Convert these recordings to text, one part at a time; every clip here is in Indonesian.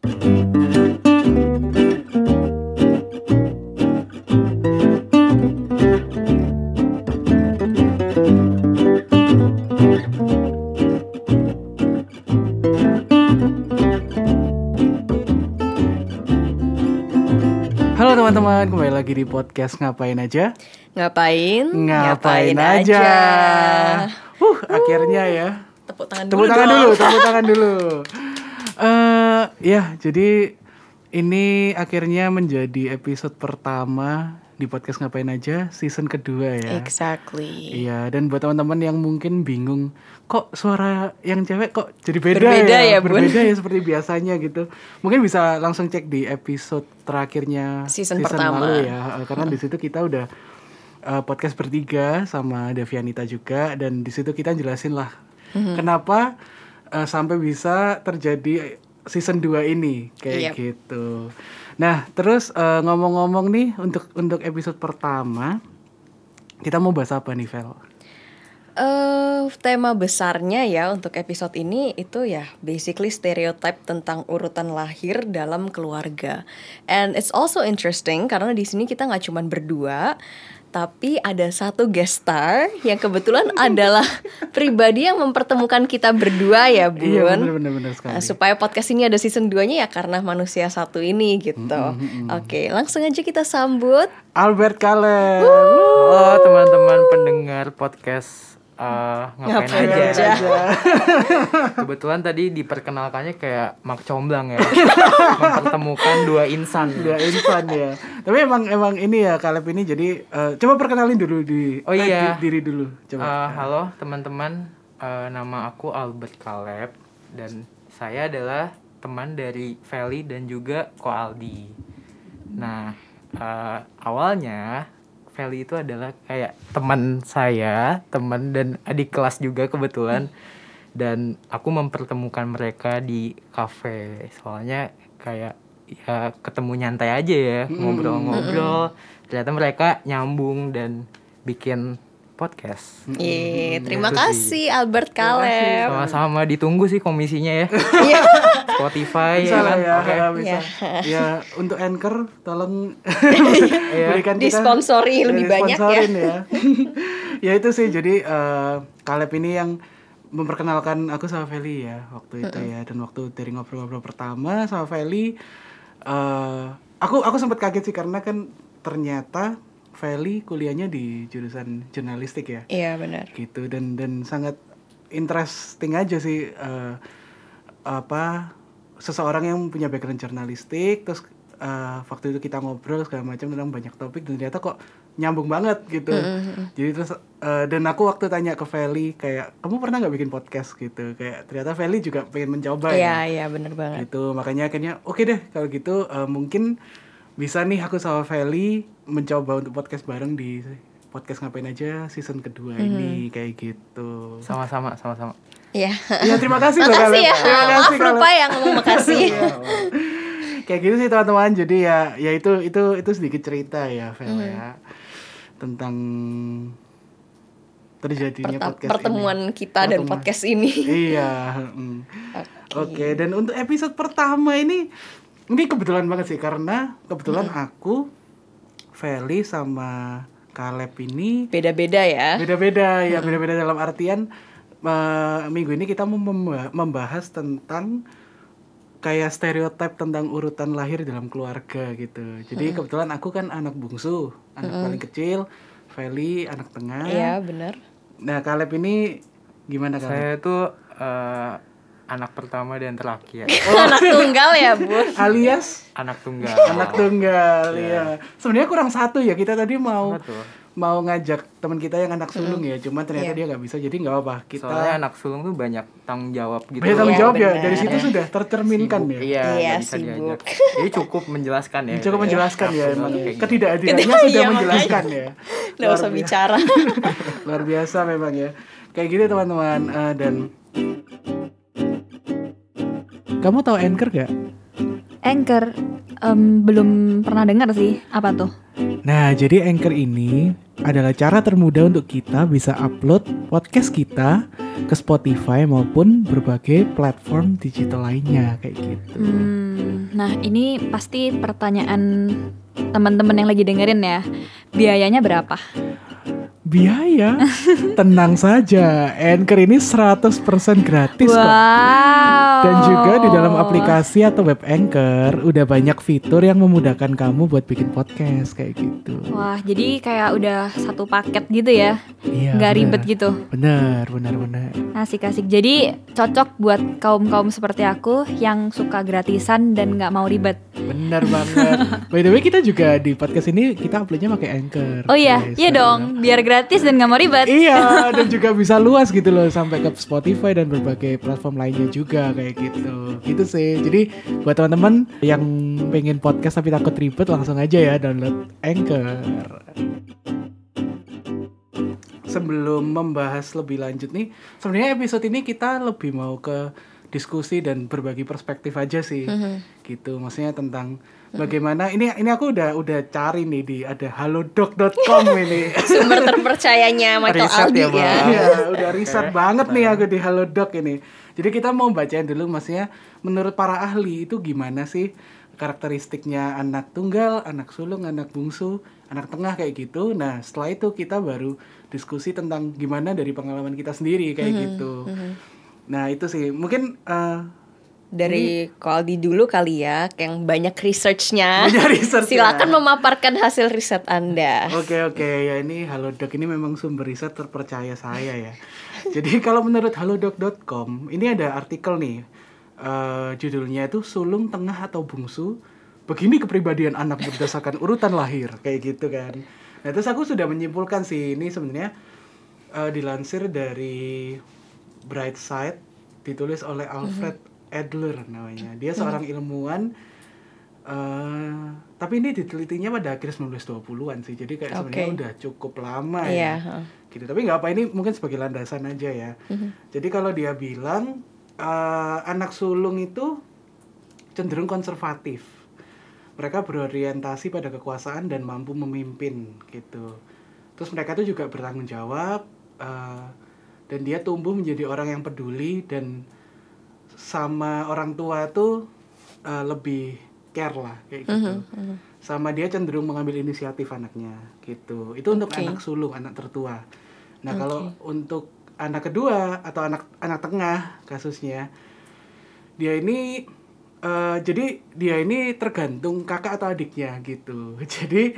Halo teman-teman, kembali lagi di podcast Ngapain Aja. Ngapain aja. Akhirnya ya. Tepuk tangan dulu. Ya, jadi ini akhirnya menjadi episode pertama di podcast Ngapain Aja season kedua ya. Exactly. Iya, dan buat teman-teman yang mungkin bingung, kok suara yang cewek kok jadi beda ya Berbeda ya seperti biasanya gitu. Mungkin bisa langsung cek di episode terakhirnya season pertama lalu ya, karena di situ kita udah podcast bertiga sama Devianita juga, dan di situ kita jelasin lah kenapa sampai bisa terjadi season 2 ini kayak gitu. Nah, terus ngomong-ngomong nih untuk episode pertama kita mau bahas apa nih, Vel? Tema besarnya ya untuk episode ini itu ya basically stereotype tentang urutan lahir dalam keluarga. And it's also interesting karena di sini kita nggak cuma berdua, tapi ada satu guest star yang kebetulan adalah pribadi yang mempertemukan kita berdua ya, Bun. Iya, benar sekali. Supaya podcast ini ada season 2-nya ya karena manusia satu ini gitu. Oke, langsung aja kita sambut Albert Caleb. Halo teman-teman pendengar podcast Ngapain aja. Kebetulan tadi diperkenalkannya kayak Mak Comblang ya. Mempertemukan dua insan ya. Tapi emang ini ya, Caleb ini jadi coba perkenalin dulu diri dulu. Coba. Halo teman-teman, nama aku Albert Caleb dan saya adalah teman dari Feli dan juga Ko Aldi. Nah, awalnya Feli itu adalah kayak teman saya, teman dan adik kelas juga kebetulan. Dan aku mempertemukan mereka di kafe. Soalnya kayak ya ketemu nyantai aja ya, ngobrol-ngobrol. Ternyata mereka nyambung dan bikin podcast. Terima kasih Albert Caleb. Sama-sama, ditunggu sih komisinya ya. Spotify bisa ya kan? Bisa. Ya, untuk Anchor tolong berikan kita disponsori lebih banyak ya. Ya itu sih, jadi Caleb ini yang memperkenalkan aku sama Feli ya waktu itu ya. Dan waktu dari ngobrol-ngobrol pertama sama Feli, aku sempat kaget sih karena kan ternyata Feli kuliahnya di jurusan jurnalistik ya. Iya benar. Gitu, dan sangat interesting aja sih seseorang yang punya background jurnalistik. Terus waktu itu kita ngobrol segala macam tentang banyak topik dan ternyata kok nyambung banget gitu. Jadi terus dan aku waktu tanya ke Feli kayak, kamu pernah nggak bikin podcast gitu? Kayak ternyata Feli juga pengen mencoba ya. Iya benar banget. Gitu, makanya akhirnya oke deh kalau gitu mungkin bisa nih aku sama Feli mencoba untuk podcast bareng di podcast Ngapain Aja season kedua ini kayak gitu. Sama-sama. Ya, terima kasih loh Caleb. Ya. Maaf lupa yang ngomong makasih. Kayak gitu sih teman-teman. Jadi ya itu sedikit cerita ya, Vel ya. Tentang terjadinya podcast pertemuan ini. Kita dan podcast ini. Iya. Oke, dan untuk episode pertama ini kebetulan banget sih karena kebetulan aku, Feli sama Caleb ini beda-beda ya. Beda-beda dalam artian minggu ini kita mau membahas tentang kayak stereotip tentang urutan lahir dalam keluarga gitu. Jadi kebetulan aku kan anak bungsu, anak paling kecil, Feli anak tengah. Iya, benar. Nah, Caleb ini gimana, Caleb? Saya tuh anak pertama dan terakhir. Anak tunggal ya, Bu? Alias anak tunggal. Ya. Sebenarnya kurang satu ya. Kita tadi mau ngajak teman kita yang anak sulung ya, cuma ternyata dia nggak bisa, jadi nggak apa-apa. Soalnya anak sulung tuh banyak tanggung jawab gitu. Banyak tanggung jawab ya, dari situ sudah tercerminkan sibuk, ya. Iya, bisa diajak. Jadi cukup menjelaskan ya. Cukup menjelaskan ya, emang ketidakhadirannya sudah menjelaskan ya. Nggak usah bicara. Luar biasa memang ya. Kayak gitu teman-teman. Dan kamu tahu Anchor gak? Anchor belum pernah dengar sih, apa tuh? Nah, jadi Anchor ini adalah cara termudah untuk kita bisa upload podcast kita ke Spotify maupun berbagai platform digital lainnya kayak gitu. Nah, ini pasti pertanyaan teman-teman yang lagi dengerin ya. Biayanya berapa? Biaya? Tenang saja, Anchor ini 100% gratis kok. Wow. Dan juga di dalam aplikasi atau web Anchor udah banyak fitur yang memudahkan kamu buat bikin podcast kayak gitu. Wah, jadi kayak udah satu paket gitu ya. Iya, Nggak bener. ribet gitu. Bener. Asik-asik. Jadi cocok buat kaum-kaum seperti aku yang suka gratisan dan nggak mau ribet. Bener banget. By the way, kita juga di podcast ini kita uploadnya pakai Anchor. Oh iya, guys. iya dong. Biar gratis dan nggak mau ribet. Iya, dan juga bisa luas gitu loh sampai ke Spotify dan berbagai platform lainnya juga kayak gitu. Gitu sih. Jadi buat teman-teman yang pengen podcast tapi takut ribet, langsung aja ya download Anchor. Sebelum membahas lebih lanjut nih, sebenarnya episode ini kita lebih mau ke diskusi dan berbagi perspektif aja sih. Gitu. Maksudnya tentang bagaimana ini aku udah cari nih di ada halodoc.com ini. Sumber terpercayanya Michael Riset Aldi ya, ya. Bang. Iya, udah riset banget nih aku di Halodoc ini. Jadi kita mau bacain dulu maksudnya menurut para ahli itu gimana sih karakteristiknya anak tunggal, anak sulung, anak bungsu, anak tengah kayak gitu. Nah, setelah itu kita baru diskusi tentang gimana dari pengalaman kita sendiri kayak gitu. Nah, itu sih. Mungkin Dari Ko Aldi dulu kali ya, yang banyak research-nya. Banyak research-nya. Silakan memaparkan hasil riset Anda. Oke, ya ini Halodoc ini memang sumber riset terpercaya saya ya. Jadi kalau menurut halodoc.com ini ada artikel nih, judulnya itu sulung, tengah atau bungsu. Begini kepribadian anak berdasarkan urutan lahir kayak gitu kan. Nah terus aku sudah menyimpulkan sih ini sebenarnya dilansir dari Brightside, ditulis oleh Alfred Adler namanya. Dia seorang ilmuwan. Tapi ini ditelitinya pada akhir 1920-an sih. Jadi kayak sebenarnya udah cukup lama ya. Gitu. Tapi nggak apa, ini mungkin sebagai landasan aja ya. Jadi kalau dia bilang anak sulung itu cenderung konservatif. Mereka berorientasi pada kekuasaan dan mampu memimpin gitu. Terus mereka tuh juga bertanggung jawab dan dia tumbuh menjadi orang yang peduli dan sama orang tua tuh lebih care lah kayak gitu. Sama dia cenderung mengambil inisiatif anaknya gitu. Itu untuk anak sulung, anak tertua. Nah, kalau untuk anak kedua atau anak tengah kasusnya, dia ini jadi dia ini tergantung kakak atau adiknya gitu. Jadi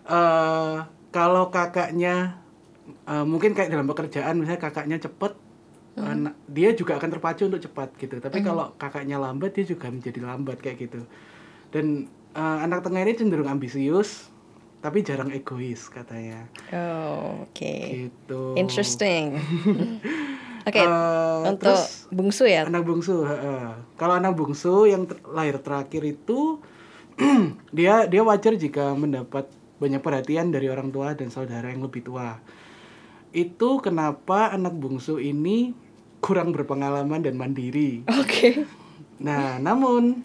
kalau kakaknya mungkin kayak dalam pekerjaan misalnya kakaknya cepet, dia juga akan terpacu untuk cepat gitu. Tapi kalau kakaknya lambat, dia juga menjadi lambat kayak gitu. Dan anak tengah ini cenderung ambisius, tapi jarang egois katanya. Oh, oke. Gitu. Interesting. Oke, untuk terus bungsu ya. Anak bungsu, kalau anak bungsu yang lahir terakhir itu dia wajar jika mendapat banyak perhatian dari orang tua dan saudara yang lebih tua. Itu kenapa anak bungsu ini kurang berpengalaman dan mandiri. Oke. Nah, namun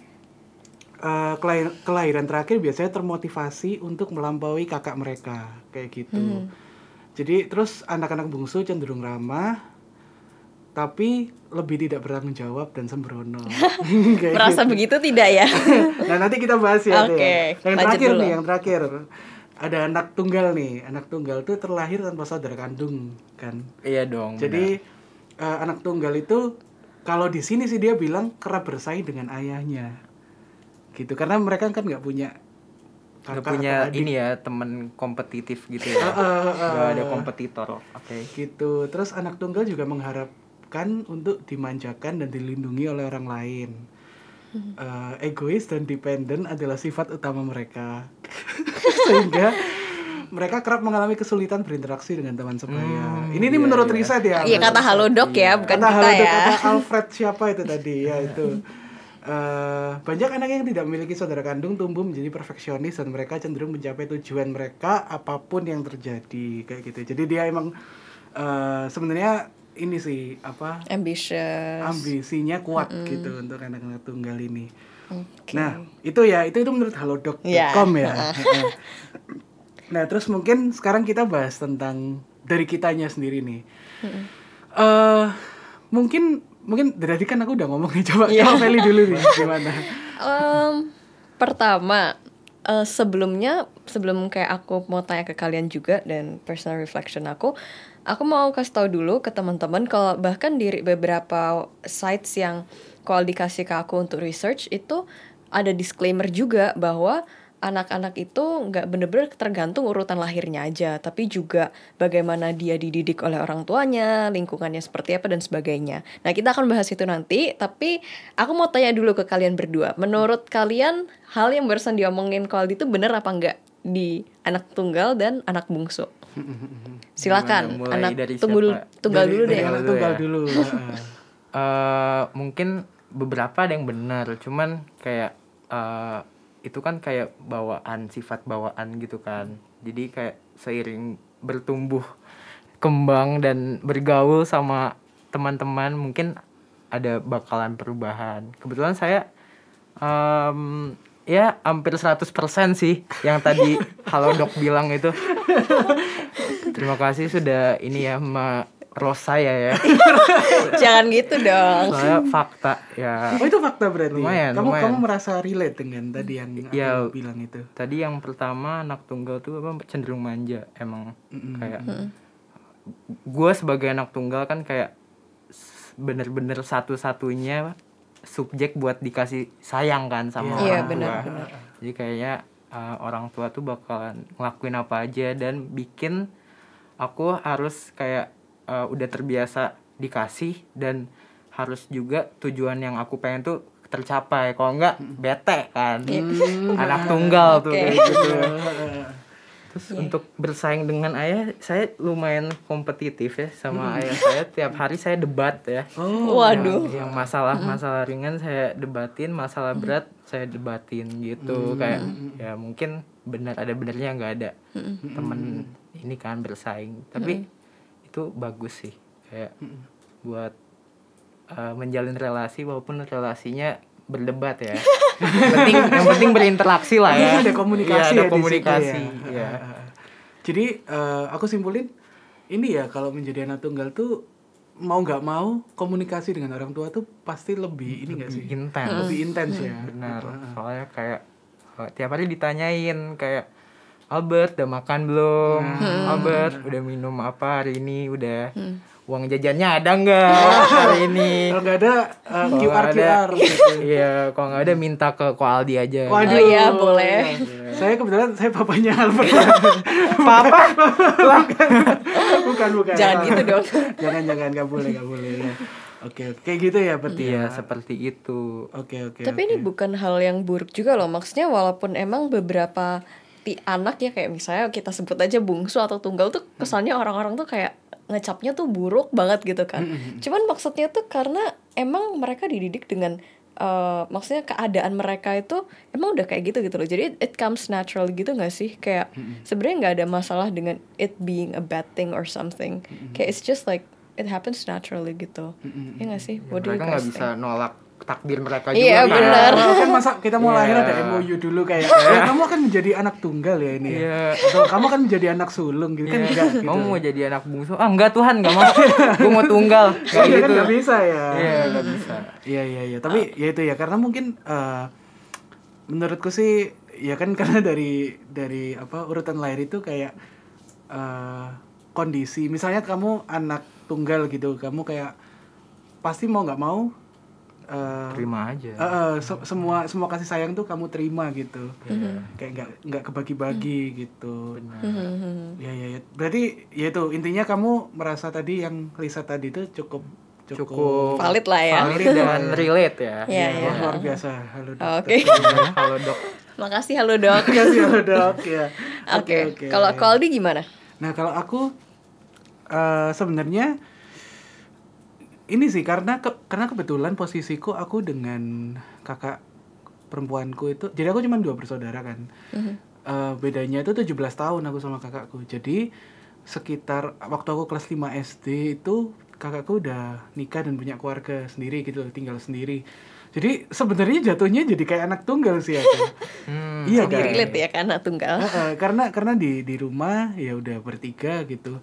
kelahiran terakhir biasanya termotivasi untuk melampaui kakak mereka kayak gitu. Jadi terus anak-anak bungsu cenderung ramah, tapi lebih tidak bertanggung jawab dan sembrono. Merasa begitu tidak ya? Nah nanti kita bahas ya. Oke, Yang lanjut terakhir dulu. nih, yang terakhir ada anak tunggal nih. Anak tunggal tuh terlahir tanpa saudara kandung kan. Iya dong. Jadi anak tunggal itu kalau di sini sih dia bilang kerap bersaing dengan ayahnya. Gitu karena mereka kan nggak punya nggak punya ini ya teman kompetitif gitu ya. Nggak ada kompetitor. Oke. Gitu. Terus anak tunggal juga mengharapkan untuk dimanjakan dan dilindungi oleh orang lain. Egois dan dependen adalah sifat utama mereka. Sehingga mereka kerap mengalami kesulitan berinteraksi dengan teman sebaya. Ini menurut riset ya. Iya, kata Halodoc ya, bukan kata kita Halodoc, ya. kata Alfred siapa itu tadi ya itu. Banyak anak yang tidak memiliki saudara kandung tumbuh menjadi perfeksionis dan mereka cenderung mencapai tujuan mereka apapun yang terjadi kayak gitu. Jadi dia emang sebenarnya ini sih apa? Ambisinya kuat gitu untuk anak-anak tunggal ini. Okay. Nah, itu menurut halodoc.com ya. Nah, terus mungkin sekarang kita bahas tentang dari kitanya sendiri nih. Mungkin dari kan aku udah ngomong nih, coba Feli dulu nih gimana? Pertama, sebelum kayak aku mau tanya ke kalian juga dan personal reflection aku mau kasih tahu dulu ke teman-teman kalau bahkan di beberapa sites yang kalau dikasih ke aku untuk research itu ada disclaimer juga bahwa anak-anak itu nggak bener-bener tergantung urutan lahirnya aja, tapi juga bagaimana dia dididik oleh orang tuanya, lingkungannya seperti apa dan sebagainya. Nah, kita akan bahas itu nanti, tapi aku mau tanya dulu ke kalian berdua. Menurut kalian, hal yang barusan diomongin Aldi itu bener apa enggak di anak tunggal dan anak bungsu? Silakan, Mulai anak dari tunggal siapa? dulu dari deh. anak Dulu tunggal ya. dulu. Mungkin beberapa ada yang benar, cuman kayak itu kan kayak sifat bawaan gitu kan. Jadi kayak seiring bertumbuh kembang dan bergaul sama teman-teman mungkin ada bakalan perubahan. Kebetulan saya ya hampir 100% sih yang tadi Halodoc bilang itu. Terima kasih sudah ini ya roast saya ya. Jangan gitu dong. Soalnya fakta ya. Oh, itu fakta berarti. Lumayan. Kamu merasa relate dengan tadi yang Ya, aku bilang itu. Tadi yang pertama anak tunggal tuh cenderung manja emang. Kayak gue sebagai anak tunggal kan kayak bener-bener satu-satunya subjek buat dikasih sayang kan sama Iya, orang tua. benar. Jadi kayaknya orang tua tuh bakalan ngelakuin apa aja dan bikin aku harus kayak udah terbiasa dikasih dan harus juga tujuan yang aku pengen tuh tercapai. Kalau enggak bete kan. Anak tunggal tuh kayak gitu. Terus untuk bersaing dengan ayah, saya lumayan kompetitif ya sama ayah saya. Tiap hari saya debat ya. Waduh. Yang masalah ringan saya debatin, masalah berat saya debatin gitu. Kayak ya mungkin ada benernya nggak ada temen ini kan bersaing. Tapi itu bagus sih kayak buat menjalin relasi walaupun relasinya berdebat ya. yang penting berinteraksi lah ya. Ada komunikasi ada ya di komunikasi situ ya. Jadi aku simpulin ini ya, kalau menjadi anak tunggal tuh mau nggak mau komunikasi dengan orang tua tuh pasti lebih ini nggak sih? Intens. Lebih intens ya. Benar. Soalnya kayak tiap hari ditanyain kayak Albert udah makan belum? Albert udah minum apa hari ini? Udah uang jajannya ada nggak hari ini? Kalau nggak ada Kalau QR nggak ada, gitu. Iya, kalau nggak ada minta ke Ko Aldi aja. Waduh, iya, boleh. Saya kebetulan saya papanya Albert. Papa? bukan. Jangan gitu dong. Jangan nggak boleh ya. Oke, kayak gitu ya berarti Iya, ya. seperti itu. Oke. Tapi ini bukan hal yang buruk juga loh. Maksudnya walaupun emang beberapa anak ya kayak misalnya kita sebut aja bungsu atau tunggal tuh kesannya orang-orang tuh kayak ngecapnya tuh buruk banget gitu kan. Cuman maksudnya tuh karena emang mereka dididik dengan maksudnya keadaan mereka itu emang udah kayak gitu loh. Jadi it comes natural gitu nggak sih? Kayak sebenarnya nggak ada masalah dengan it being a bad thing or something. Kayak it's just like it happens naturally gitu. Ya nggak sih? What do you Mereka nggak guys bisa think? nolak takdir mereka Iya, juga. kan. benar. Kan masa kita mau lahir ada Iya. MOU dulu kayak ya, kamu akan menjadi anak tunggal ya ini ya. Iya. Atau kamu akan menjadi anak sulung gitu kan enggak gitu. Kamu mau jadi anak bungsu? Ah enggak Tuhan, enggak mau. Gue mau tunggal. Kayak Iya kan gitu. nggak bisa ya. Iya, enggak bisa. Iya. Tapi ya itu ya karena mungkin menurutku sih ya kan karena dari apa urutan lahir itu kayak kondisi. Misalnya kamu anak tunggal gitu, kamu kayak pasti mau nggak mau Terima aja. semua kasih sayang tuh kamu terima gitu. Kayak nggak kebagi-bagi gitu. Ya. Berarti ya itu intinya kamu merasa tadi yang Lisa tadi itu cukup Valid lah ya. Valid dan relate ya. Iya, iya. luar biasa. Halo Dok. Oke. Halo dok. Makasih halo dok. Kasih halo Dok ya. Oke. Kalau Aldi gimana? Nah, kalau aku sebenarnya ini sih karena kebetulan posisiku aku dengan kakak perempuanku itu, jadi aku cuma 2 bersaudara kan. Bedanya itu 17 tahun aku sama kakakku. Jadi sekitar waktu aku kelas 5 SD itu kakakku udah nikah dan punya keluarga sendiri gitu, tinggal sendiri. Jadi sebenarnya jatuhnya jadi kayak anak tunggal sih aku. Iya Jadi kan. relate ya kan anak tunggal. Karena di rumah ya udah bertiga gitu.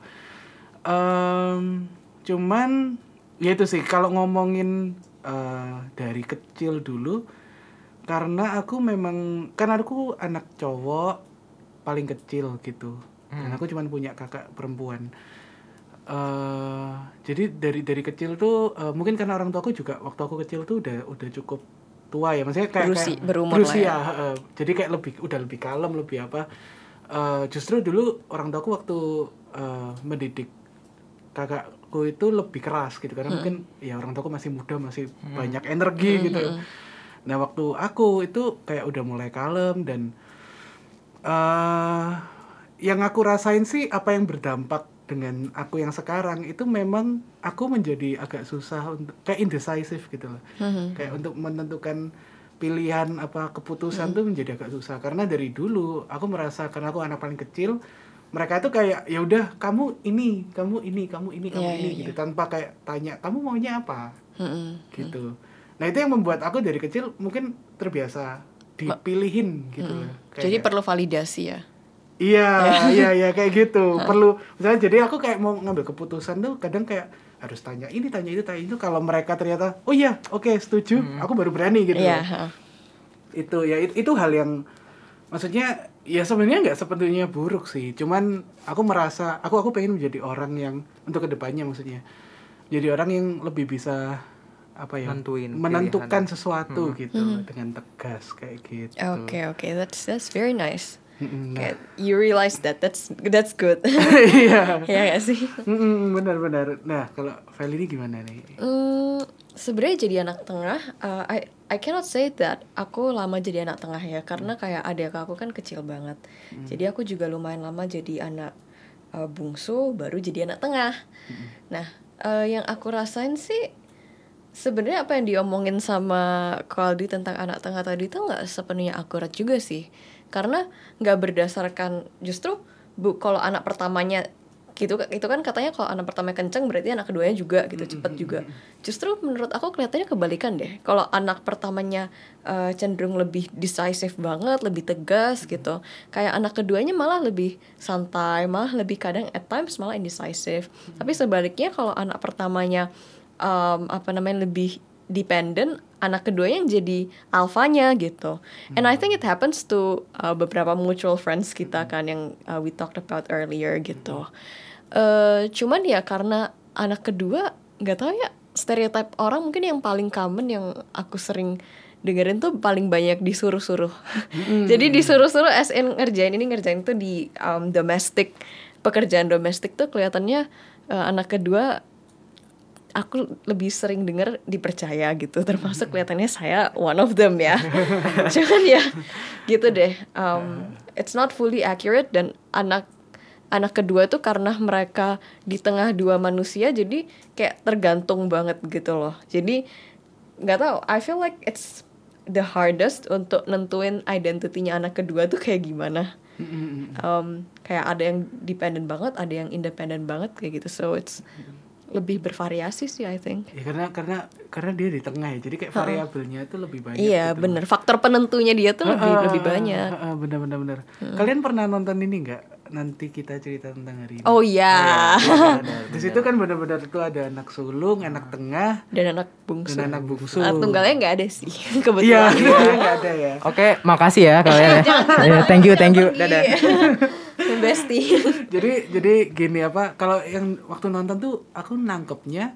Cuman ya itu sih kalau ngomongin dari kecil dulu karena aku memang karena aku anak cowok paling kecil gitu. Dan aku cuma punya kakak perempuan. Jadi dari kecil tuh mungkin karena orang tuaku juga waktu aku kecil tuh udah cukup tua ya, maksudnya kayak berumur berusia, lah ya. jadi kayak udah lebih kalem, lebih apa. Justru dulu orang tuaku waktu mendidik kakakku itu lebih keras gitu karena mungkin ya orang tuaku masih muda, masih banyak energi gitu. Nah waktu aku itu kayak udah mulai kalem dan yang aku rasain sih apa yang berdampak dengan aku yang sekarang itu memang aku menjadi agak susah untuk kayak indecisive gitu loh. Kayak untuk menentukan pilihan apa keputusan tuh menjadi agak susah karena dari dulu aku merasa karena aku anak paling kecil, mereka tuh kayak ya udah kamu ini gitu tanpa kayak tanya kamu maunya apa gitu. Nah itu yang membuat aku dari kecil mungkin terbiasa dipilihin gitu loh. Jadi perlu validasi ya. Iya kayak gitu. Perlu misalnya jadi aku kayak mau ngambil keputusan tuh kadang kayak harus tanya ini itu kalau mereka ternyata oh iya oke, setuju, aku baru berani gitu. Itu hal yang maksudnya ya sebenarnya nggak sepenuhnya buruk sih. Cuman aku merasa aku pengen menjadi orang yang untuk kedepannya maksudnya jadi orang yang lebih bisa apa ya menentukan sesuatu gitu dengan tegas kayak gitu. Oke, that's very nice. Kayak you realize that's good. Iya. Iya gak sih? Benar. Nah kalau Feli ini gimana nih? Sebenarnya jadi anak tengah, I cannot say that aku lama jadi anak tengah ya, karena kayak adik aku kan kecil banget. Jadi aku juga lumayan lama jadi anak bungsu, baru jadi anak tengah. Nah, yang aku rasain sih sebenarnya apa yang diomongin sama Kaldi tentang anak tengah tadi itu nggak sepenuhnya akurat juga sih, karena nggak berdasarkan justru kalau anak pertamanya gitu itu kan katanya kalau anak pertamanya kenceng berarti anak keduanya juga gitu cepet juga. Justru menurut aku kelihatannya kebalikan deh. Kalau anak pertamanya cenderung lebih decisive banget, lebih tegas gitu. Kayak anak keduanya malah lebih santai, malah lebih kadang at times malah indecisive. Tapi sebaliknya kalau anak pertamanya lebih dependent, anak keduanya yang jadi alfanya gitu. And I think it happens to beberapa mutual friends kita kan yang we talked about earlier gitu. Cuman ya karena anak kedua nggak tahu ya, stereotype orang mungkin yang paling common yang aku sering dengerin tuh paling banyak disuruh-suruh. Jadi disuruh-suruh as in ngerjain itu di domestic, pekerjaan domestik tuh kelihatannya anak kedua aku lebih sering denger dipercaya gitu, termasuk kelihatannya saya one of them ya. Cuman ya gitu deh, it's not fully accurate. Dan anak kedua tuh karena mereka di tengah dua manusia jadi kayak tergantung banget gitu loh. Jadi nggak tahu, I feel like it's the hardest untuk nentuin identitinya anak kedua tuh kayak gimana. Kayak ada yang dependent banget, ada yang independent banget kayak gitu. So it's lebih bervariasi sih I think. Ya karena dia di tengah ya. Jadi kayak variabelnya itu lebih banyak. Iya, gitu. bener. Faktor penentunya dia tuh lebih banyak. Bener. Kalian pernah nonton ini enggak? Nanti kita cerita tentang hari ini. Oh iya. Di situ kan benar-benar itu ada anak sulung, anak tengah, dan anak bungsu. Tunggalnya nggak ada sih kebetulan. Iya, nggak ada ya. Oke, makasih ya kalian. Thank you. Dadah. Bestie. Jadi gini apa? Kalau yang waktu nonton tuh aku nangkepnya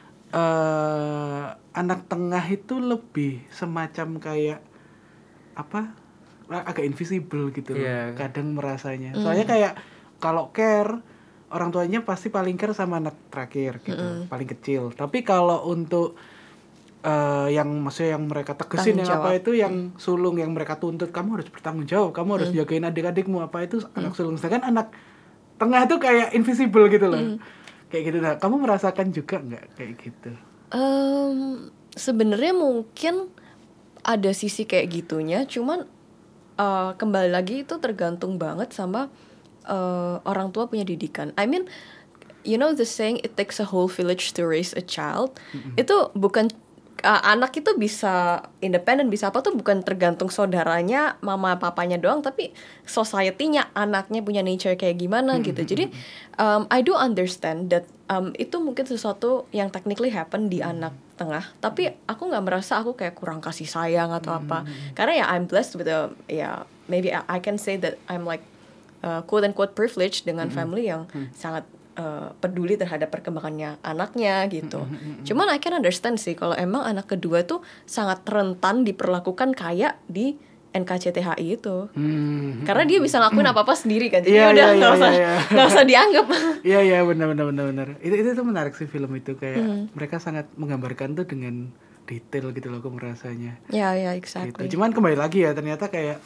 anak tengah itu lebih semacam kayak apa? Agak invisible gitu loh. Kadang merasanya. Soalnya kayak kalau care orang tuanya pasti paling care sama anak terakhir gitu, paling kecil. Tapi kalau untuk yang maksudnya yang mereka tegesin yang apa itu yang sulung yang mereka tuntut, kamu harus bertanggung jawab, kamu harus jagain adik-adikmu apa itu anak sulung. Sedangkan anak tengah tuh kayak invisible gitu loh. Kayak gitu. Nah, kamu merasakan juga nggak kayak gitu? Sebenarnya mungkin ada sisi kayak gitunya, cuman kembali lagi itu tergantung banget sama orang tua punya didikan. I mean, you know the saying it takes a whole village to raise a child. Itu bukan anak itu bisa independen, bisa apa tuh bukan tergantung saudaranya, mama papanya doang, tapi society-nya, anaknya punya nature kayak gimana gitu. Jadi I do understand that itu mungkin sesuatu yang technically happen di anak tengah, tapi aku nggak merasa aku kayak kurang kasih sayang atau apa. Karena ya I'm blessed with maybe I can say that I'm like quote unquote privileged dengan family yang sangat peduli terhadap perkembangannya anaknya gitu. Cuman I can understand sih kalau emang anak kedua tuh sangat rentan diperlakukan kayak di NKCTHI itu. Karena dia bisa ngelakuin apa-apa sendiri kan. Jadi udah nggak usah dianggap. Iya benar. Itu menarik sih film itu, kayak mereka sangat menggambarkan tuh dengan detail gitu loh, aku merasanya. Iya, exactly. Gitu. Cuman kembali lagi ya, ternyata kayak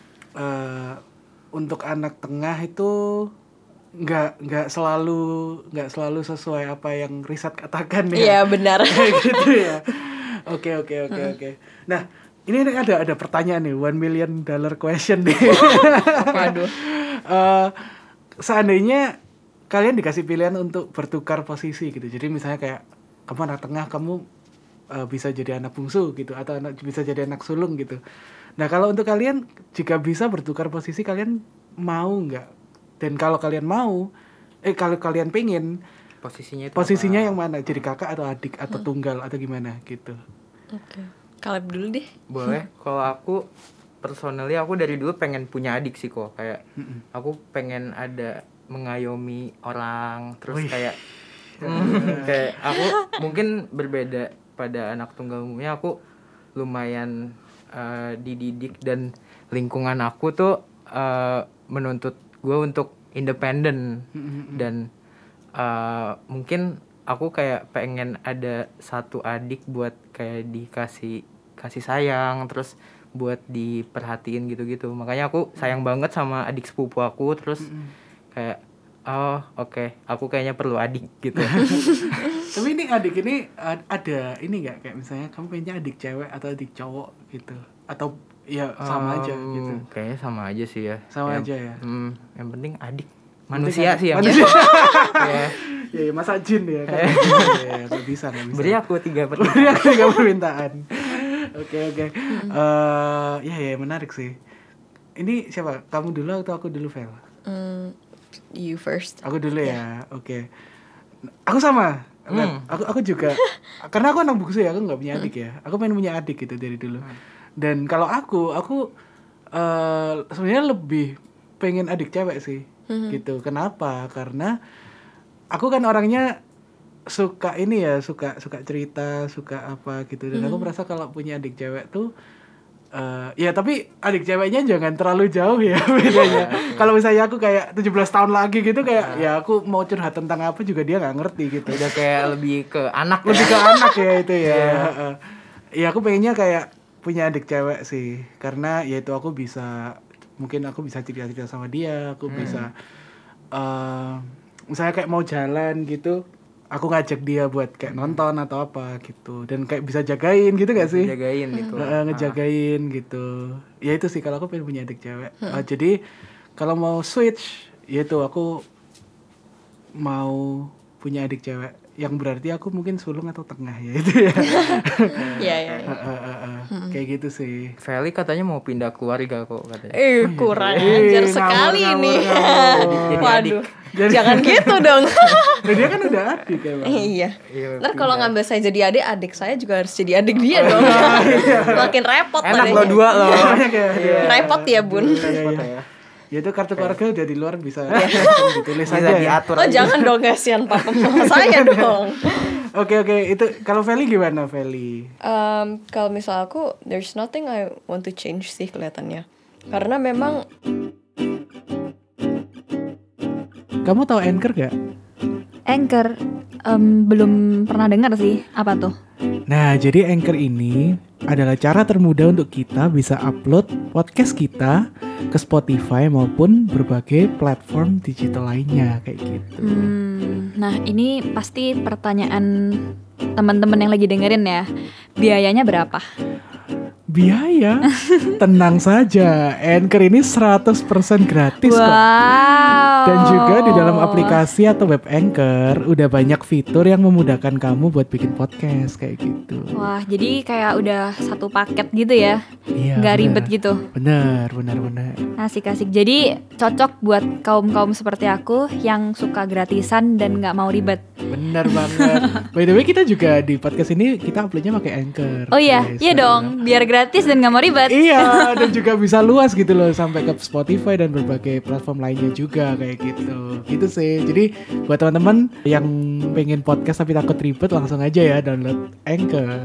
untuk anak tengah itu nggak selalu sesuai apa yang riset katakan ya. Iya, benar. Gitu ya. Oke. Nah, ini ada pertanyaan nih, $1 million question nih. Waduh. Seandainya kalian dikasih pilihan untuk bertukar posisi gitu. Jadi misalnya kayak kamu anak tengah, kamu bisa jadi anak bungsu gitu, atau bisa jadi anak sulung gitu. Nah, kalau untuk kalian jika bisa bertukar posisi, kalian mau nggak? Dan kalau kalian mau, kalau kalian pengen, posisinya yang mana? Jadi kakak atau adik atau tunggal atau gimana gitu? Oke. Kaleb dulu deh. Boleh. Kalau aku personally, aku dari dulu pengen punya adik sih kok. Kayak aku pengen ada mengayomi orang, terus kayak kayak aku mungkin berbeda pada anak tunggal umumnya. Aku lumayan dididik dan lingkungan aku tuh menuntut gue untuk independen dan mungkin aku kayak pengen ada satu adik buat kayak dikasih sayang, terus buat diperhatiin gitu-gitu. Makanya aku sayang banget sama adik sepupu aku, terus kayak oke, aku kayaknya perlu adik gitu. Tapi ini adik ini ada ini nggak, kayak misalnya kamu pengennya adik cewek atau adik cowok gitu, atau ya sama aja gitu? Kayaknya sama aja sih ya. Aja ya. Yang penting adik manusia sih yang ya masa jin ya kan. Ya nggak bisa. Beri aku 3 permintaan. Oke. Ya menarik sih. Ini siapa? Kamu dulu atau aku dulu, Vel? You first. Aku dulu ya. Oke. Aku sama. Aku juga. Karena aku anak bungsu ya, aku nggak punya adik ya. Aku pengen punya adik gitu dari dulu. Dan kalau aku sebenarnya lebih pengen adik cewek sih. Gitu. Kenapa? Karena aku kan orangnya suka ini ya, suka cerita, suka apa gitu. Dan aku merasa kalau punya adik cewek tuh ya tapi adik ceweknya jangan terlalu jauh ya bedanya. Kalau misalnya aku kayak 17 tahun lagi gitu, kayak ya aku mau curhat tentang apa juga dia nggak ngerti gitu. Udah kayak lebih ke anak ya itu ya. Ya aku pengennya kayak punya adik cewek sih, karena ya itu aku bisa cerita sama dia, aku bisa misalnya kayak mau jalan gitu, aku ngajak dia buat kayak nonton atau apa gitu, dan kayak bisa jagain gitu gak sih? Ngejagain gitu. Ya itu sih kalau aku pengen punya adik cewek. Jadi kalau mau switch, yaitu aku mau punya adik cewek, yang berarti aku mungkin sulung atau tengah ya itu ya. Iya. Kayak gitu sih. Feli katanya mau pindah keluarga kok katanya. Kurang ajar sekali nih. Waduh. Jangan gitu dong. Dia kan udah adik emang. Iya. Ntar kalau ngambil saya jadi adik saya juga harus jadi adik dia dong. Makin repot. Enak lo 2 lo. Repot ya bun. Ya itu kartu keluarga udah di luar bisa ditulis bisa aja diatur aja. Jangan dong, kasihan papa mama saya dong. Oke. Itu kalau Feli gimana, Feli? Kalau misal aku, there's nothing I want to change sih kelihatannya. Karena memang. Kamu tahu Anchor gak? Anchor belum pernah dengar sih. Apa tuh? Nah, jadi Anchor ini adalah cara termudah untuk kita bisa upload podcast kita ke Spotify maupun berbagai platform digital lainnya kayak gitu. Nah, ini pasti pertanyaan teman-teman yang lagi dengerin ya. Biayanya berapa? biaya. Tenang saja, Anchor ini 100% gratis kok. Wow. Dan juga di dalam aplikasi atau web Anchor udah banyak fitur yang memudahkan kamu buat bikin podcast kayak gitu. Wah, jadi kayak udah satu paket gitu ya. Iya, Nggak bener. ribet gitu. Bener. Asik-asik. Jadi cocok buat kaum-kaum seperti aku yang suka gratisan dan nggak mau ribet. Bener banget. By the way, kita juga di podcast ini kita uploadnya pakai Anchor. Oh iya, guys. iya dong. Biar gratis dan nggak mau ribet. Iya, dan juga bisa luas gitu loh sampai ke Spotify dan berbagai platform lainnya juga kayak gitu. Gitu sih. Jadi buat teman-teman yang pengen podcast tapi takut ribet, langsung aja ya download Anchor.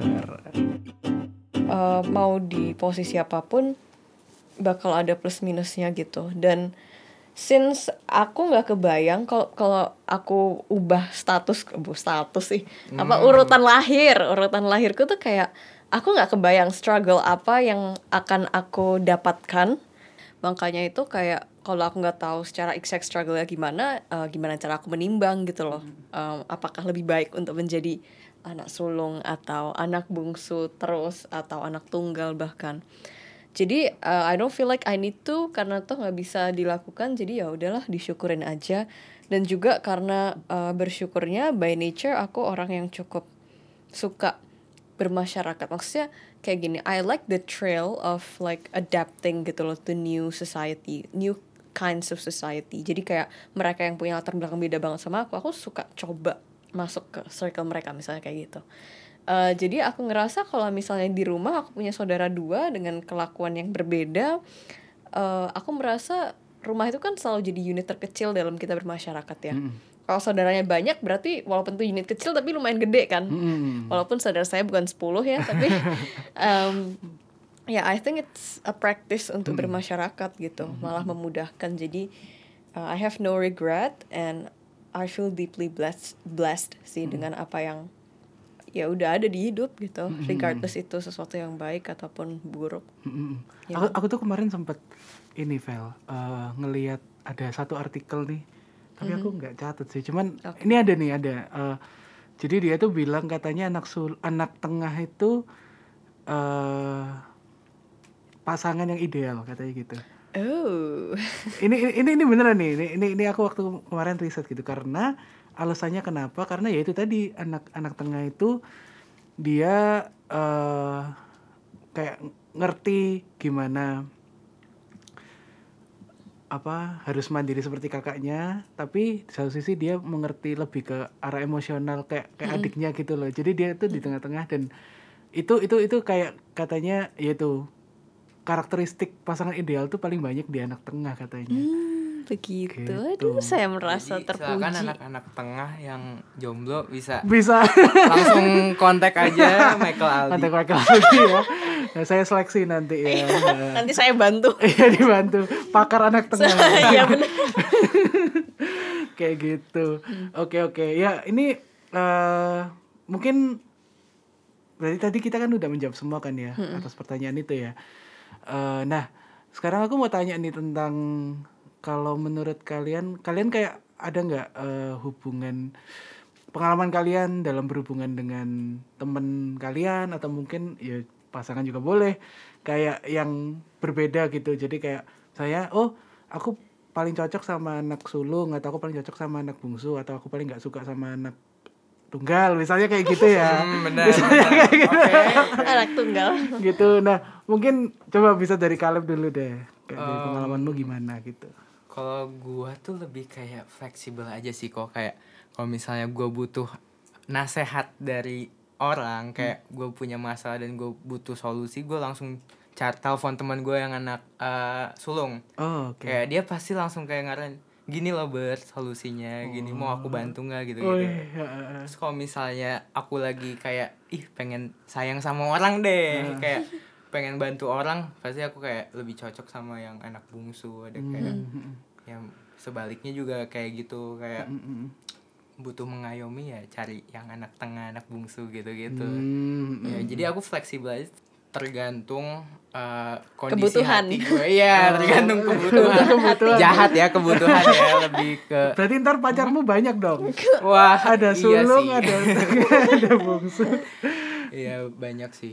Mau di posisi apapun bakal ada plus minusnya gitu. Dan since aku nggak kebayang kalau aku ubah status sih apa urutan lahirku tuh kayak aku nggak kebayang struggle apa yang akan aku dapatkan. Makanya itu kayak kalau aku nggak tahu secara exact struggle-nya gimana cara aku menimbang gitu loh. Apakah lebih baik untuk menjadi anak sulung atau anak bungsu terus atau anak tunggal bahkan. Jadi I don't feel like I need to, karena toh nggak bisa dilakukan, jadi ya udahlah disyukurin aja. Dan juga karena bersyukurnya by nature aku orang yang cukup suka bermasyarakat. Maksudnya kayak gini, I like the thrill of like adapting gitu loh to new society, new kinds of society. Jadi kayak mereka yang punya latar belakang beda banget sama aku suka coba masuk ke circle mereka misalnya kayak gitu. Jadi aku ngerasa kalau misalnya di rumah aku punya saudara 2 dengan kelakuan yang berbeda, aku merasa rumah itu kan selalu jadi unit terkecil dalam kita bermasyarakat ya. Kalau saudaranya banyak berarti walaupun itu unit kecil tapi lumayan gede kan. Walaupun saudara saya bukan 10 ya, tapi ya I think it's a practice untuk bermasyarakat gitu, malah memudahkan. Jadi I have no regret and I feel deeply blessed sih dengan apa yang ya udah ada di hidup gitu, regardless itu sesuatu yang baik ataupun buruk. Ya. Aku tuh kemarin sempet ini ngelihat ada satu artikel nih, tapi aku nggak catat sih, cuman ini ada jadi dia tuh bilang katanya anak tengah itu pasangan yang ideal katanya gitu. Oh. Ini beneran nih, ini aku waktu kemarin riset gitu, karena alasannya kenapa? Karena ya itu tadi anak tengah itu dia kayak ngerti gimana harus mandiri seperti kakaknya, tapi di satu sisi dia mengerti lebih ke arah emosional kayak adiknya gitu loh. Jadi dia tuh di tengah-tengah, dan itu kayak katanya yaitu karakteristik pasangan ideal tuh paling banyak di anak tengah katanya. Begitu. Gitu. Aduh, saya merasa Jadi, terpuji. silakan anak-anak tengah yang jomblo bisa langsung kontak aja Michael Aldi. kontak Michael Aldi ya. Nah, saya seleksi nanti ya. Nanti saya bantu. Iya, dibantu pakar anak tengah. Iya benar. Kayak gitu. Oke. Ya, ini mungkin berarti tadi kita kan udah menjawab semua kan ya atas pertanyaan itu ya. Nah, sekarang aku mau tanya nih tentang kalau menurut kalian kayak ada nggak hubungan pengalaman kalian dalam berhubungan dengan teman kalian atau mungkin ya pasangan juga boleh, kayak yang berbeda gitu. Jadi kayak saya aku paling cocok sama anak sulung, atau aku paling cocok sama anak bungsu, atau aku paling nggak suka sama anak tunggal, misalnya kayak gitu ya. Benar. Kayak gitu. Anak tunggal. Gitu. Nah, mungkin coba bisa dari Caleb dulu deh. Kayak dari pengalamanmu gimana gitu. Kalau gua tuh lebih kayak fleksibel aja sih kok, kayak kalau misalnya gua butuh nasehat dari orang, kayak gua punya masalah dan gua butuh solusi, gua langsung telepon teman gua yang anak sulung. Oh, oke. Kayak dia pasti langsung kayak ngarahin, gini loh solusinya, gini mau aku bantu nggak gitu. Terus kalau misalnya aku lagi kayak pengen sayang sama orang deh, kayak pengen bantu orang, pasti aku kayak lebih cocok sama yang anak bungsu. Ada kayak yang sebaliknya juga kayak gitu, kayak butuh mengayomi ya cari yang anak tengah, anak bungsu gitu-gitu. Ya, jadi aku fleksibel aja, tergantung kondisi kebutuhan. hati gue. Iya, tergantung kebutuhan. Jahat ya kebutuhan ya, lebih ke. Berarti ntar pacarmu banyak dong. Wah, Ada iya sulung, sih. ada tengah, ada bungsu. Iya banyak sih.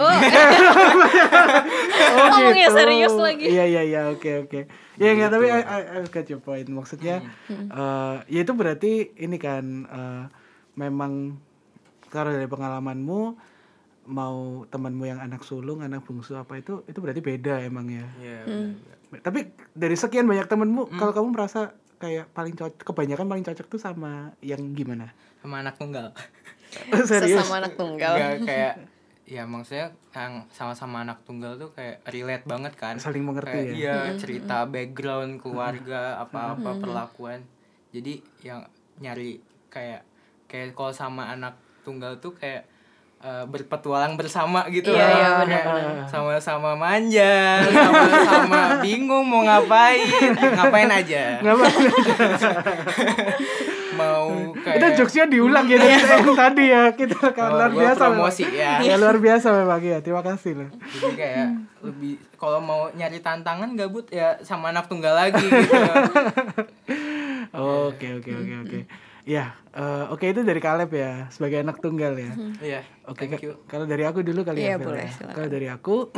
Ngomongnya serius lagi. Iya, oke. Ya nggak, tapi I got your point. Maksudnya, ya itu berarti ini kan memang kalau dari pengalamanmu, mau temanmu yang anak sulung, anak bungsu apa itu berarti beda emang ya. Iya. Tapi dari sekian banyak temanmu, kalau kamu merasa kayak kebanyakan paling cocok tuh sama yang gimana? Sama anak tunggal. Serius? Sesama anak tunggal. Enggak, kayak ya maksudnya yang sama-sama anak tunggal tuh kayak relate banget kan. Saling mengerti kayak, ya. Iya, cerita background keluarga apa-apa perlakuan. Jadi yang nyari kayak kalau sama anak tunggal tuh kayak berpetualang bersama gitu. Iya, Kayak benar-benar. sama-sama manja, sama-sama bingung mau ngapain aja. Mau kayak Itu jokesnya diulang ya dari yang tadi ya. Kita luar gua biasa promosi memang. ya. Ya luar biasa memang ya. Terima kasih loh. Jadi kayak lebih kalau mau nyari tantangan gabut ya sama anak tunggal lagi gitu. Oke. Ya, oke, itu dari Caleb ya, sebagai anak tunggal ya. Iya. Oke, Thank you. kalau dari aku dulu kali Iya, ya. Fel, boleh, ya. silakan. Kalau dari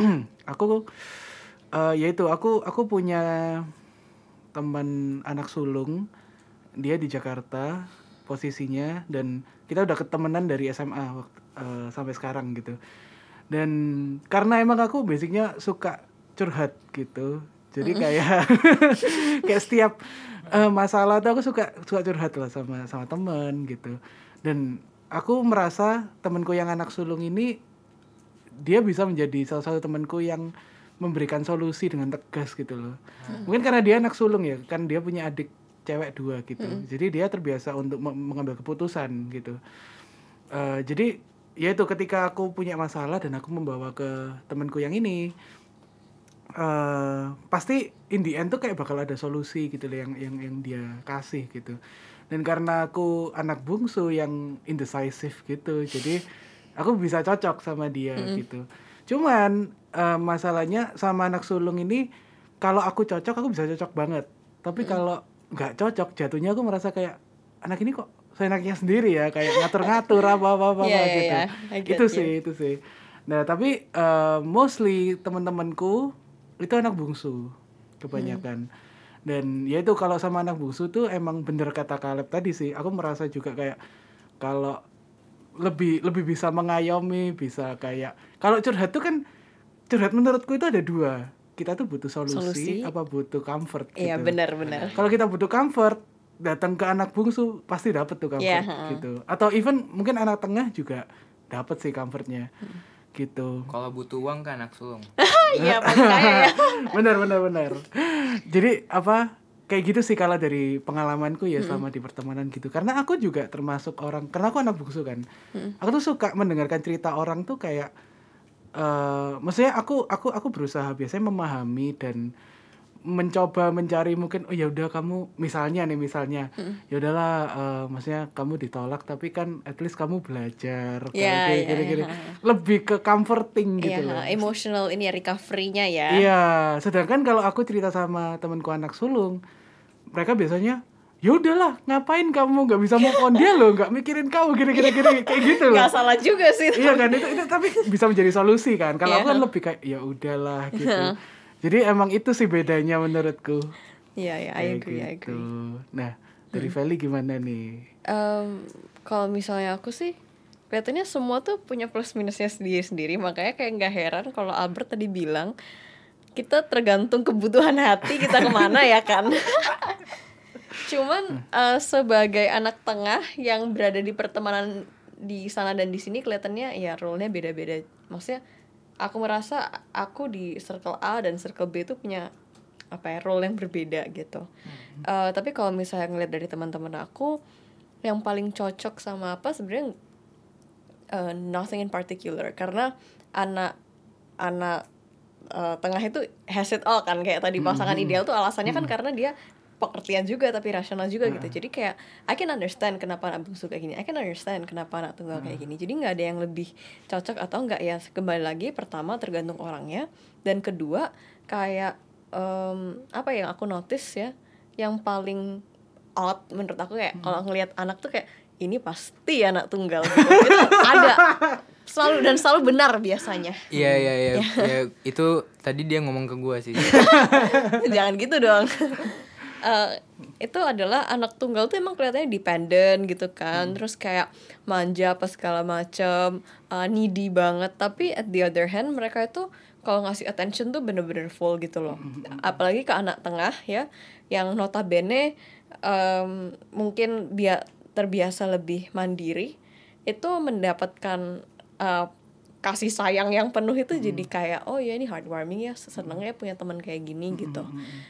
aku punya teman anak sulung, dia di Jakarta posisinya, dan kita udah ketemenan dari SMA sampai sekarang gitu. Dan karena emang aku basicnya suka curhat gitu, jadi kayak kayak setiap masalah tuh aku suka curhat lah sama temen gitu. Dan aku merasa temanku yang anak sulung ini, dia bisa menjadi salah satu temanku yang memberikan solusi dengan tegas gitu loh. Mungkin karena dia anak sulung ya, kan dia punya adik cewek 2 gitu. Jadi dia terbiasa untuk mengambil keputusan gitu. Jadi ya itu, ketika aku punya masalah dan aku membawa ke temanku yang ini, pasti in the end tuh kayak bakal ada solusi gitu loh yang dia kasih gitu. Dan karena aku anak bungsu yang indecisive gitu, jadi aku bisa cocok sama dia gitu. Cuman masalahnya sama anak sulung ini, kalau aku cocok aku bisa cocok banget. Tapi kalau nggak cocok, jatuhnya aku merasa kayak anak ini kok seenaknya sendiri ya, kayak ngatur-ngatur apa gitu. Itu sih. Nah tapi mostly teman-temanku itu anak bungsu kebanyakan. Dan ya itu, kalau sama anak bungsu tuh emang bener kata Caleb tadi sih, aku merasa juga kayak kalau lebih bisa mengayomi, bisa kayak kalau curhat tuh kan, curhat menurutku itu ada 2. Kita tuh butuh solusi apa butuh comfort gitu. Iya, benar. Kalau kita butuh comfort, datang ke anak bungsu pasti dapet tuh comfort gitu. Atau even mungkin anak tengah juga dapet sih comfortnya gitu. Kalau butuh uang kan anak sulung. Iya, percaya ya. Benar. Jadi kayak gitu sih kalau dari pengalamanku ya selama di pertemanan gitu. Karena aku juga termasuk orang, karena aku anak bungsu kan. Aku tuh suka mendengarkan cerita orang tuh kayak maksudnya aku berusaha biasanya memahami dan mencoba mencari mungkin, oh ya udah kamu misalnya ya udahlah, maksudnya kamu ditolak tapi kan at least kamu belajar kayak gini. Lebih ke comforting gitu loh. Emotional ini ya, recovery-nya ya. Iya, sedangkan kalau aku cerita sama temanku anak sulung, mereka biasanya ya udahlah, ngapain kamu nggak bisa move on, dia loh nggak mikirin kamu gini kayak gitu loh. Nggak salah juga sih. Iya kan, itu tapi bisa menjadi solusi kan. Kalau aku kan lebih kayak ya udahlah gitu. Jadi emang itu sih bedanya menurutku. Iya, I agree. Nah, dari Feli gimana nih? Kalau misalnya aku sih, kelihatannya semua tuh punya plus minusnya sendiri-sendiri. Makanya kayak nggak heran kalau Albert tadi bilang, kita tergantung kebutuhan hati kita kemana ya kan. Cuman sebagai anak tengah yang berada di pertemanan di sana dan di sini, kelihatannya ya role-nya beda-beda. Maksudnya aku merasa aku di circle A dan circle B itu punya role yang berbeda gitu. Tapi kalau misalnya ngeliat dari teman-teman aku, yang paling cocok sama apa sebenarnya nothing in particular, karena anak tengah itu has it all kan, kayak tadi pasangan ideal tuh alasannya kan karena dia pengertian juga tapi rasional juga gitu. Jadi kayak I can understand kenapa anak bungsu kayak gini, I can understand kenapa anak tunggal kayak gini. Jadi nggak ada yang lebih cocok atau nggak ya. Kembali lagi, pertama tergantung orangnya, dan kedua kayak apa yang aku notice ya, yang paling odd menurut aku kayak kalau ngelihat anak tuh kayak ini pasti anak tunggal gitu. Itu selalu benar biasanya. Iya. Ya, itu tadi dia ngomong ke gue sih. Jangan gitu dong. Itu adalah anak tunggal tuh emang kelihatannya dependent gitu kan, terus kayak manja apa segala macam, needy banget. Tapi at the other hand mereka itu kalau ngasih attention tuh bener-bener full gitu loh. Apalagi ke anak tengah ya, yang notabene mungkin terbiasa lebih mandiri, itu mendapatkan kasih sayang yang penuh itu jadi kayak oh ya ini heartwarming ya, seneng ya punya teman kayak gini gitu.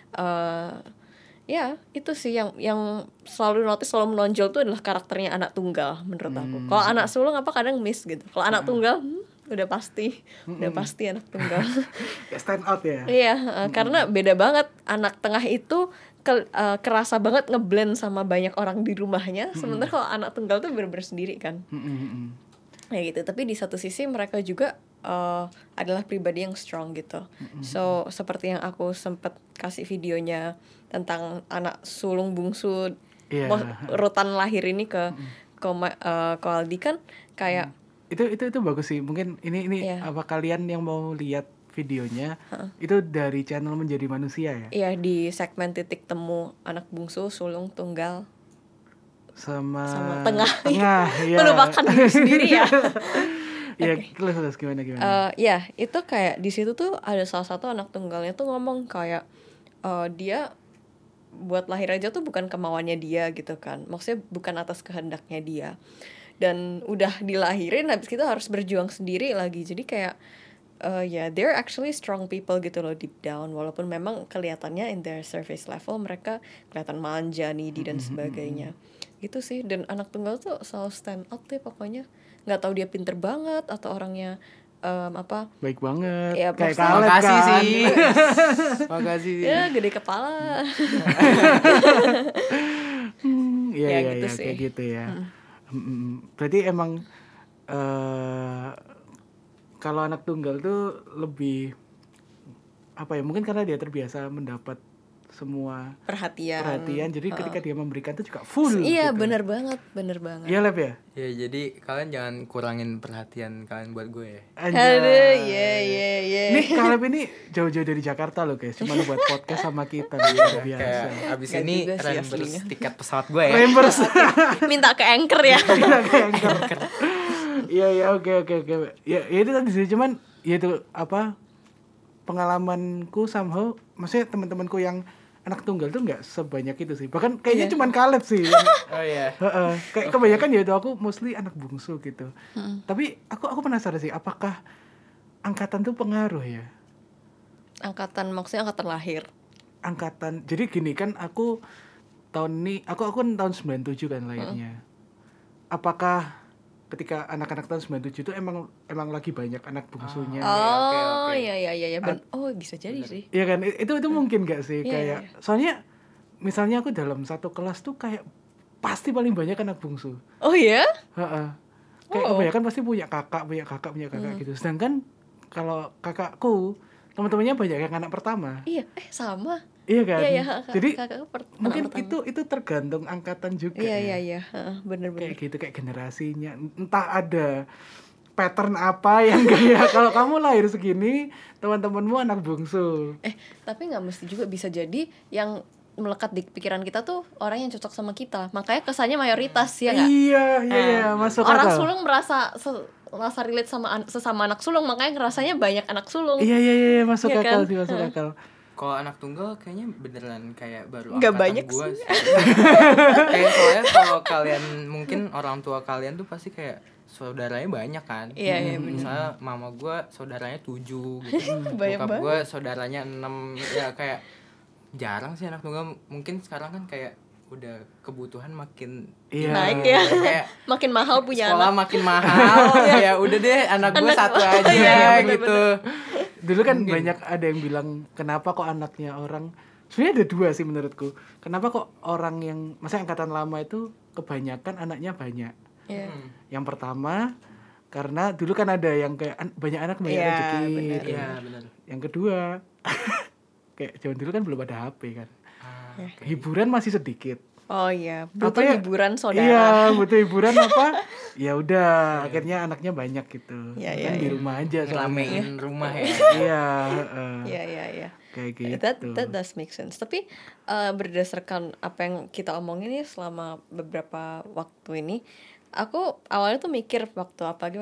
Ya itu sih yang selalu menonjol tuh adalah karakternya anak tunggal menurut aku. Kalau anak sulung apa kadang miss gitu. Kalau anak tunggal udah pasti anak tunggal. Kayak stand out ya. Iya, karena beda banget. Anak tengah itu kerasa banget ngeblend sama banyak orang di rumahnya. Sementara kalau anak tunggal tuh bener-bener sendiri kan. Ya gitu. Tapi di satu sisi mereka juga adalah pribadi yang strong gitu. So seperti yang aku sempet kasih videonya tentang anak sulung bungsu urutan lahir ini ke Aldi kan kayak itu bagus sih. Mungkin ini apa kalian yang mau lihat videonya itu dari channel Menjadi Manusia ya? Iya, di segmen titik temu anak bungsu, sulung, tunggal sama tengah ya. Melupakan diri sendiri ya. Iya, terus gimana? Ya, itu kayak di situ tuh ada salah satu anak tunggalnya tuh ngomong kayak dia buat lahir aja tuh bukan kemauannya dia gitu kan. Maksudnya bukan atas kehendaknya dia. Dan udah dilahirin habis itu harus berjuang sendiri lagi. Jadi kayak they're actually strong people gitu loh deep down, walaupun memang kelihatannya in their surface level mereka kelihatan manja, needy dan sebagainya. Gitu sih. Dan anak tunggal tuh selalu stand out deh pokoknya. Nggak tahu dia pinter banget atau orangnya baik banget ya, kayak Caleb makasih kan. sih. Makasih. Ya gede kepala. Iya gitu sih. kayak gitu ya. Berarti emang kalau anak tunggal tuh lebih apa ya, mungkin karena dia terbiasa mendapat semua perhatian. Jadi ketika dia memberikan tuh juga full. Iya, gitu. bener banget. Iya Lep ya. Ya jadi kalian jangan kurangin perhatian kalian buat gue ya. Aduh, iya. Nih Caleb ini jauh-jauh dari Jakarta loh guys, cuma buat podcast sama kita luar biasa. Kayak abis Gak ini juga sih reimburse aslinya. tiket pesawat gue ya. Reimburse. Minta ke anchor ya. Iya oke. Ya itu tadi sih, cuman ya itu apa pengalamanku somehow, maksudnya teman-temanku yang anak tunggal tuh nggak sebanyak itu sih. Bahkan kayaknya cuman Caleb sih. Oh iya. Kayak kebanyakan ya itu aku mostly anak bungsu gitu. Tapi aku penasaran sih, apakah angkatan tuh pengaruh ya? Angkatan maksudnya angkatan lahir. Angkatan. Jadi gini kan aku tahun ini aku kan tahun 97 kan lahirnya. Apakah ketika anak-anak tahun 97 itu emang lagi banyak anak bungsunya? Oh, iya. Oh, bisa jadi sih. Iya kan, itu mungkin gak sih? Iya, Kayak iya. soalnya misalnya aku dalam satu kelas tuh kayak pasti paling banyak anak bungsu. Oh ya? Kayak kebanyakan pasti punya kakak gitu. Sedangkan kalau kakakku teman-temannya banyak yang anak pertama. Iya, sama. Iya kan? Iya, Jadi mungkin pertama. itu tergantung angkatan juga. Iya, bener. Kayak gitu, kayak generasinya. Entah ada pattern apa yang kayak kalau kamu lahir segini, teman-temanmu anak bungsu. Tapi nggak mesti juga, bisa jadi yang melekat di pikiran kita tuh orang yang cocok sama kita. Makanya kesannya mayoritas ya nggak? Iya, masuk Orang akal. sulung merasa relate sama sesama anak sulung, makanya ngerasanya banyak anak sulung. Iya, masuk Iya akal kan? sih, masuk akal. Kalau anak tunggal kayaknya beneran kayak baru Nggak angkatan banyak gua sih. Kayak soalnya kalau kalian mungkin orang tua kalian tuh pasti kayak saudaranya banyak kan. Iya, bener. Misalnya mama gua saudaranya 7 gitu. Banyak Bokap banget. gua saudaranya 6. Ya kayak jarang sih anak tunggal. Mungkin sekarang kan kayak udah kebutuhan makin Naik ya. kayak Makin mahal punya sekolah anak. makin mahal. Ya udah deh anak gua satu aja Iya, bener-bener. gitu. Dulu kan banyak ada yang bilang kenapa kok anaknya orang, sebenarnya ada dua sih menurutku. Kenapa kok orang yang maksudnya angkatan lama itu kebanyakan anaknya banyak. Iya. Yang pertama karena dulu kan ada yang kayak banyak anak banyak Iya, rezeki bener. gitu. Iya benar. Yang kedua kayak zaman dulu kan belum ada HP kan. Iya. Hiburan masih sedikit. Oh iya, butuh ya? hiburan saudara. Iya, butuh hiburan apa? Ya udah, akhirnya anaknya banyak gitu. Iya, Kan iya, di iya. rumah aja soalnya. ngeramein rumah ya. Iya, heeh. Iya. Kayak gitu. That does make sense. Tapi berdasarkan apa yang kita omongin ya selama beberapa waktu ini, aku awalnya tuh mikir waktu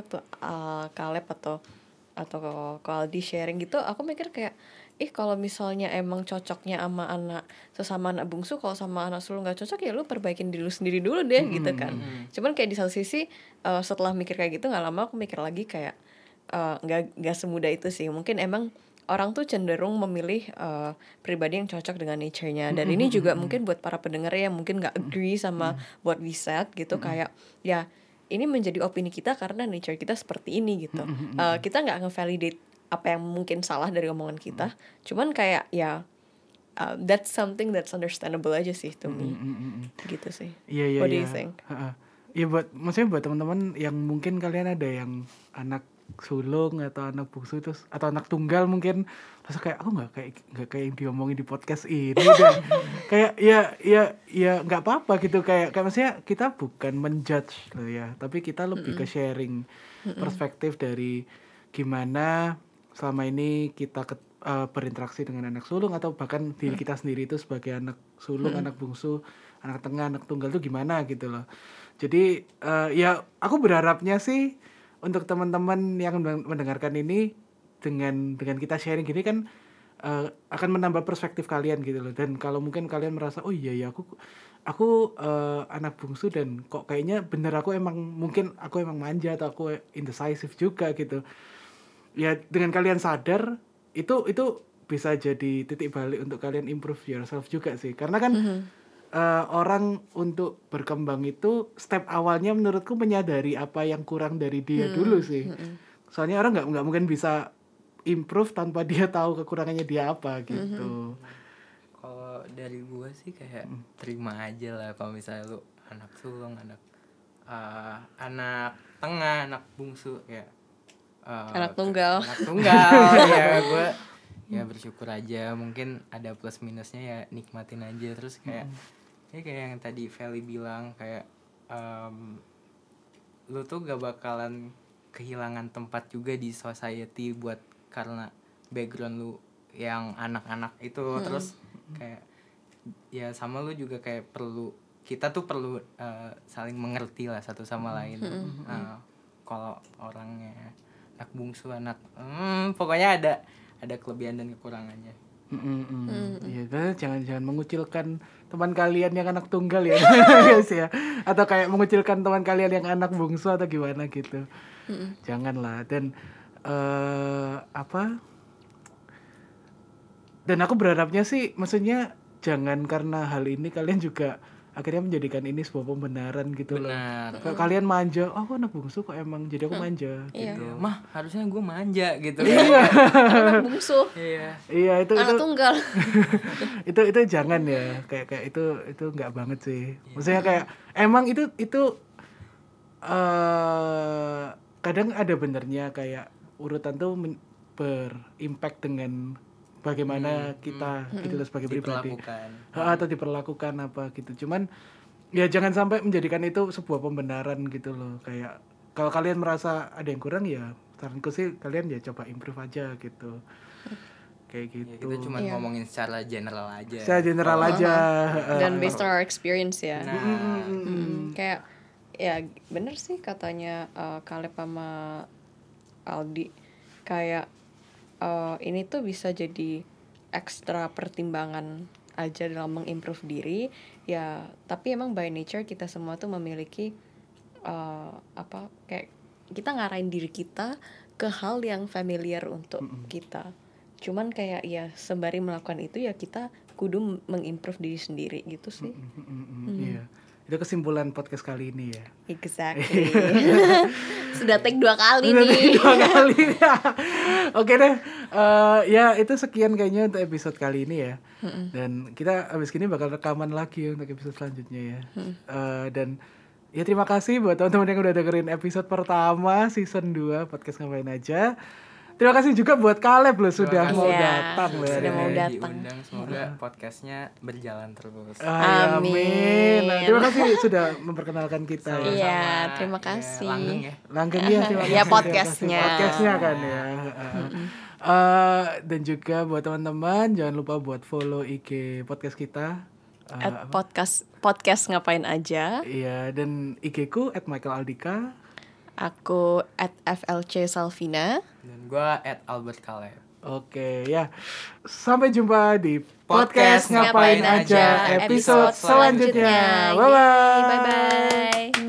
Caleb atau Aldi sharing gitu, aku mikir kayak kalau misalnya emang cocoknya sama sesama anak bungsu, kalau sama anak sulung nggak cocok ya lu perbaikin diri lu sendiri dulu deh gitu kan. Cuman kayak di satu sisi setelah mikir kayak gitu, nggak lama aku mikir lagi kayak nggak semudah itu sih. Mungkin emang orang tuh cenderung memilih pribadi yang cocok dengan nature-nya. Dan ini juga mungkin buat para pendengar yang mungkin nggak agree sama what we said gitu, kayak ya ini menjadi opini kita karena nature kita seperti ini gitu. Kita nggak nge-validate apa yang mungkin salah dari omongan kita, cuman kayak ya that's something that's understandable aja sih to me. Gitu sih. Iya. What do you think? Iya, maksudnya buat teman-teman yang mungkin kalian ada yang anak sulung atau anak bungsu terus atau anak tunggal mungkin rasa kayak aku nggak kayak yang diomongin di podcast ini dan kayak ya nggak apa-apa gitu, kayak maksudnya kita bukan menjudge loh ya, tapi kita lebih ke sharing perspektif dari gimana selama ini kita berinteraksi dengan anak sulung atau bahkan diri kita sendiri itu sebagai anak sulung, anak bungsu, anak tengah, anak tunggal itu gimana gitu loh. Jadi ya aku berharapnya sih untuk teman-teman yang mendengarkan ini dengan kita sharing gini kan akan menambah perspektif kalian gitu loh. Dan kalau mungkin kalian merasa oh iya ya aku anak bungsu dan kok kayaknya bener aku emang manja atau aku indecisive juga gitu. Ya dengan kalian sadar itu bisa jadi titik balik untuk kalian improve yourself juga sih. Karena kan orang untuk berkembang itu step awalnya menurutku menyadari apa yang kurang dari dia dulu sih. Soalnya orang nggak mungkin bisa improve tanpa dia tahu kekurangannya dia apa gitu. Kalau dari gue sih kayak terima aja lah kalau misalnya lu anak sulung, anak tengah, anak bungsu ya. Anak tunggal. Ya gue ya bersyukur aja, mungkin ada plus minusnya ya nikmatin aja. Terus kayak kayak yang tadi Feli bilang kayak lu tuh gak bakalan kehilangan tempat juga di society buat karena background lu yang anak-anak itu. Terus kayak ya sama lu juga kayak kita tuh perlu saling mengerti lah satu sama lain. Kalau orangnya anak bungsu, pokoknya ada kelebihan dan kekurangannya. Ya, jangan mengucilkan teman kalian yang anak tunggal ya, guys ya. Atau kayak mengucilkan teman kalian yang anak bungsu atau gimana gitu. Janganlah. Dan Dan aku berharapnya sih, maksudnya jangan karena hal ini kalian juga akhirnya menjadikan ini sebuah pembenaran gitu loh. Kalau kalian manja, aku anak bungsu kok emang jadi aku manja gitu. Mah harusnya gue manja gitu. Anak bungsu. Iya itu anak tunggal. itu jangan ya, kayak itu nggak banget sih. Maksudnya kayak emang itu kadang ada benernya kayak urutan tuh berimpact dengan bagaimana kita gitu sebagai pribadi atau diperlakukan apa gitu. Cuman ya jangan sampai menjadikan itu sebuah pembenaran gitu loh. Kayak kalau kalian merasa ada yang kurang ya saranku sih kalian ya coba improve aja gitu. Kayak gitu. Ya, kita cuma ngomongin secara general aja. Secara general aja. Dan based on our experience ya. Kayak ya bener sih katanya Caleb sama Aldi, kayak ini tuh bisa jadi ekstra pertimbangan aja dalam mengimprove diri ya. Tapi emang by nature kita semua tuh memiliki kayak kita ngarahin diri kita ke hal yang familiar untuk kita. Cuman kayak ya sembari melakukan itu ya kita kudu mengimprove diri sendiri gitu sih. Iya. Itu kesimpulan podcast kali ini ya. Exactly. Sudah take 2 kali nih. Oke deh. Ya itu sekian kayaknya untuk episode kali ini ya. Dan kita abis ini bakal rekaman lagi untuk episode selanjutnya ya. Dan ya terima kasih buat teman-teman yang udah dengerin episode pertama season 2 podcast Ngapain Aja. Terima kasih juga buat Caleb loh sudah kasih. mau Iya, datang loh. sudah hari mau ini. datang. Diundang, semoga podcastnya berjalan terus. Amin. Nah, terima kasih sudah memperkenalkan kita ya. Iya, Sama, terima ya, kasih. langgeng ya. Langgeng ya, terima kasih. Ya, terima podcastnya. kasih. Podcastnya kan ya. Dan juga buat teman-teman jangan lupa buat follow IG podcast kita. At podcast ngapain aja. Iya, dan IG ku @michaelaldika. Aku @FLC Salvina. Dan gua @albertcaleb. Oke ya, sampai jumpa di Podcast podcast ngapain aja episode selanjutnya. Bye bye. Bye bye.